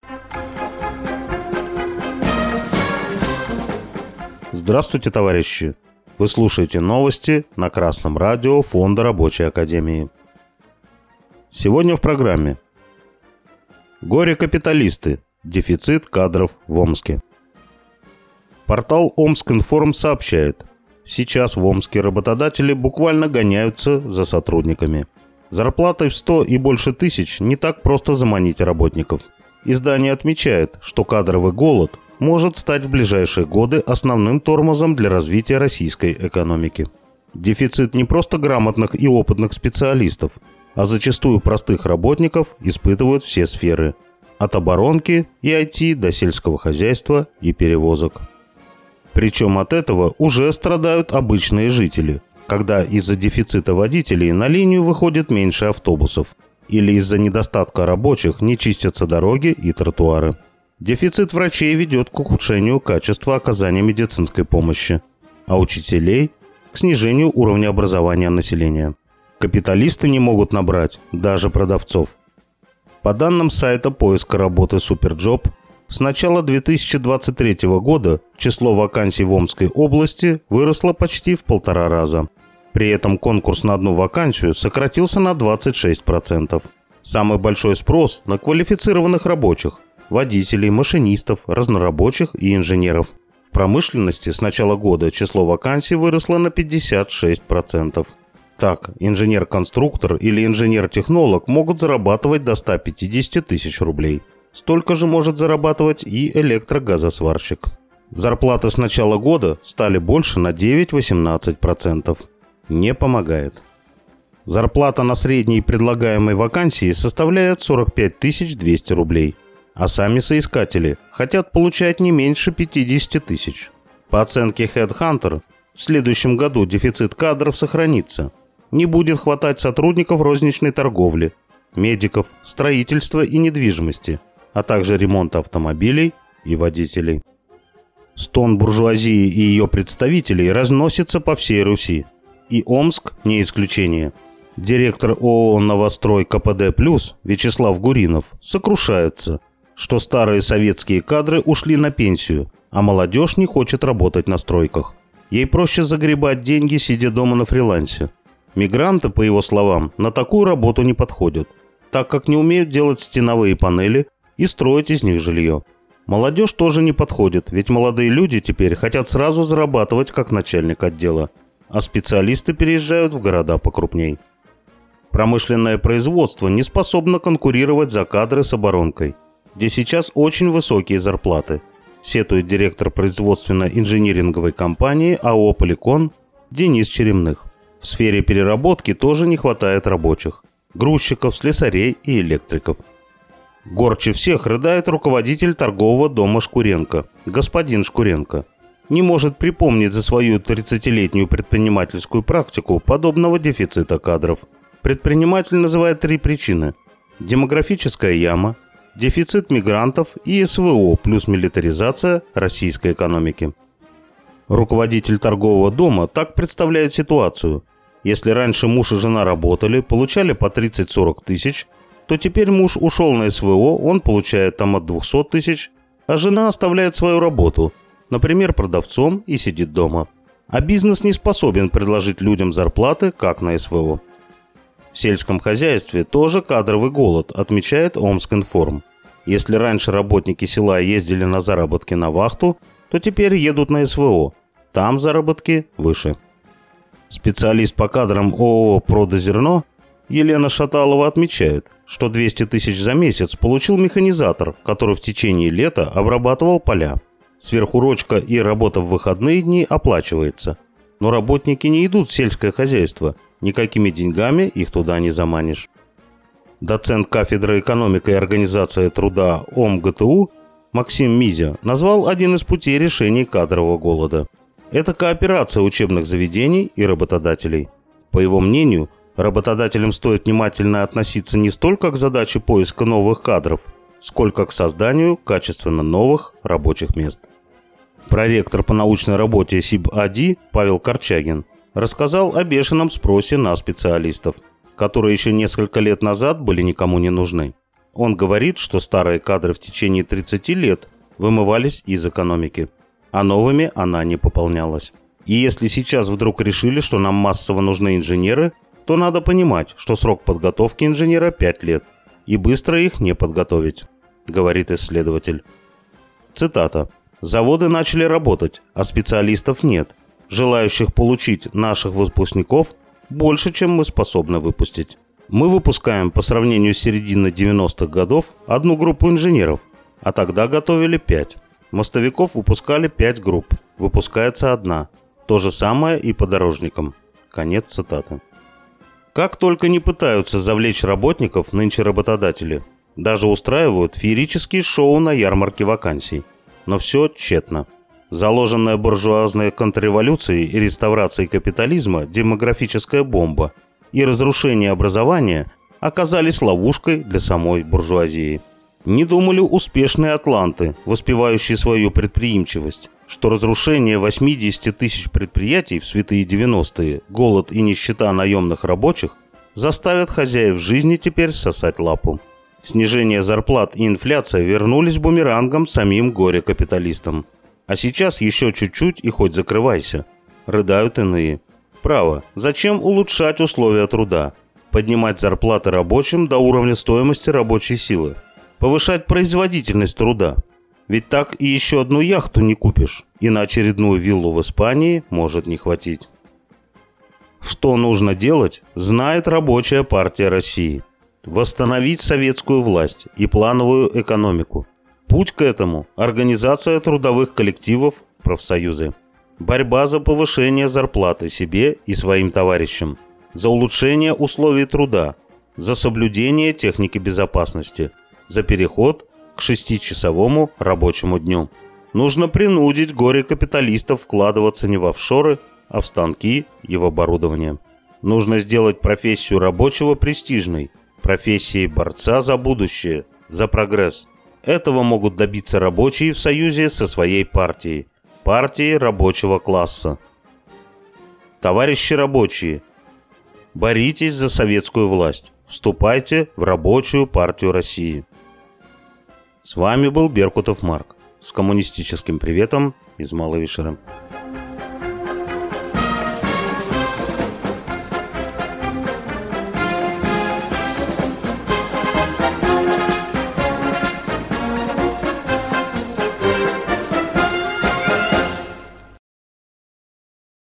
Здравствуйте, товарищи! Вы слушаете новости на Красном радио Фонда Рабочей Академии. Сегодня в программе: горе-капиталисты. Дефицит кадров в Омске. Портал Омскинформ сообщает: сейчас в Омске работодатели буквально гоняются за сотрудниками. Зарплатой в 100 и больше тысяч не так просто заманить работников. Издание отмечает, что кадровый голод может стать в ближайшие годы основным тормозом для развития российской экономики. Дефицит не просто грамотных и опытных специалистов, а зачастую простых работников испытывают все сферы. От оборонки и IT до сельского хозяйства и перевозок. Причем от этого уже страдают обычные жители, когда из-за дефицита водителей на линию выходит меньше автобусов или из-за недостатка рабочих не чистятся дороги и тротуары. Дефицит врачей ведет к ухудшению качества оказания медицинской помощи, а учителей – к снижению уровня образования населения. Капиталисты не могут набрать даже продавцов. По данным сайта поиска работы Superjob, с начала 2023 года число вакансий в Омской области выросло почти в 1,5 раза. При этом конкурс на одну вакансию сократился на 26%. Самый большой спрос на квалифицированных рабочих – водителей, машинистов, разнорабочих и инженеров. В промышленности с начала года число вакансий выросло на 56%. Так, инженер-конструктор или инженер-технолог могут зарабатывать до 150 тысяч рублей. Столько же может зарабатывать и электрогазосварщик. Зарплаты с начала года стали больше на 9-18%. Не помогает. Зарплата на средней предлагаемой вакансии составляет 45 200 рублей, а сами соискатели хотят получать не меньше 50 тысяч. По оценке HeadHunter, в следующем году дефицит кадров сохранится. Не будет хватать сотрудников розничной торговли, медиков, строительства и недвижимости, а также ремонта автомобилей и водителей. Стон буржуазии и ее представителей разносится по всей Руси. И Омск не исключение. Директор ООО «Новострой КПД+» Вячеслав Гуринов сокрушается, что старые советские кадры ушли на пенсию, а молодежь не хочет работать на стройках. Ей проще загребать деньги, сидя дома на фрилансе. Мигранты, по его словам, на такую работу не подходят, так как не умеют делать стеновые панели и строить из них жилье. Молодежь тоже не подходит, ведь молодые люди теперь хотят сразу зарабатывать как начальник отдела, а специалисты переезжают в города покрупней. Промышленное производство не способно конкурировать за кадры с оборонкой, где сейчас очень высокие зарплаты, сетует директор производственно-инжиниринговой компании АО «Поликон» Денис Черемных. В сфере переработки тоже не хватает рабочих, грузчиков, слесарей и электриков. Горче всех рыдает руководитель торгового дома Шкуренко, господин Шкуренко. Не может припомнить за свою 30-летнюю предпринимательскую практику подобного дефицита кадров. Предприниматель называет 3 причины: демографическая яма, дефицит мигрантов и СВО плюс милитаризация российской экономики. Руководитель торгового дома так представляет ситуацию. Если раньше муж и жена работали, получали по 30-40 тысяч, то теперь муж ушел на СВО, он получает там от 200 тысяч, а жена оставляет свою работу, например, продавцом, и сидит дома. А бизнес не способен предложить людям зарплаты, как на СВО. В сельском хозяйстве тоже кадровый голод, отмечает Омскинформ. Если раньше работники села ездили на заработки на вахту, то теперь едут на СВО. Там заработки выше. Специалист по кадрам ООО «Продозерно» Елена Шаталова отмечает, что 200 тысяч за месяц получил механизатор, который в течение лета обрабатывал поля. Сверхурочка и работа в выходные дни оплачивается. Но работники не идут в сельское хозяйство. Никакими деньгами их туда не заманишь. Доцент кафедры экономика и организация труда ОМГТУ Максим Мизя назвал один из путей решения кадрового голода. Это кооперация учебных заведений и работодателей. По его мнению, работодателям стоит внимательно относиться не столько к задаче поиска новых кадров, сколько к созданию качественно новых рабочих мест. Проректор по научной работе СИБ-АДИ Павел Корчагин рассказал о бешеном спросе на специалистов, которые еще несколько лет назад были никому не нужны. Он говорит, что старые кадры в течение 30 лет вымывались из экономики, а новыми она не пополнялась. И если сейчас вдруг решили, что нам массово нужны инженеры, то надо понимать, что срок подготовки инженера 5 лет, и быстро их не подготовить, говорит исследователь. Цитата. «Заводы начали работать, а специалистов нет. Желающих получить наших выпускников больше, чем мы способны выпустить. Мы выпускаем по сравнению с серединой 90-х годов одну группу инженеров, а тогда готовили 5. Мостовиков выпускали 5 групп, выпускается одна. То же самое и по дорожникам». Конец цитаты. Как только не пытаются завлечь работников нынче работодатели. Даже устраивают феерические шоу на ярмарке вакансий. Но все тщетно. Заложенная буржуазной контрреволюцией и реставрацией капитализма демографическая бомба и разрушение образования оказались ловушкой для самой буржуазии. Не думали успешные атланты, воспевающие свою предприимчивость, что разрушение 80 тысяч предприятий в святые 90-е, голод и нищета наемных рабочих заставят хозяев жизни теперь сосать лапу. Снижение зарплат и инфляция вернулись бумерангом самим горе-капиталистам. А сейчас еще чуть-чуть и хоть закрывайся. Рыдают иные. Право, зачем улучшать условия труда? Поднимать зарплаты рабочим до уровня стоимости рабочей силы? Повышать производительность труда? Ведь так и еще одну яхту не купишь, и на очередную виллу в Испании может не хватить. Что нужно делать, знает Рабочая партия России. Восстановить советскую власть и плановую экономику. Путь к этому – организация трудовых коллективов в профсоюзы. Борьба за повышение зарплаты себе и своим товарищам. За улучшение условий труда. За соблюдение техники безопасности. За переход к 6-часовому рабочему дню. Нужно принудить горе-капиталистов вкладываться не в офшоры, а в станки и в оборудование. Нужно сделать профессию рабочего престижной. Профессии борца за будущее, за прогресс. Этого могут добиться рабочие в союзе со своей партией. Партией рабочего класса. Товарищи рабочие, боритесь за советскую власть. Вступайте в Рабочую партию России. С вами был Беркутов Марк. С коммунистическим приветом из Малой Вишеры.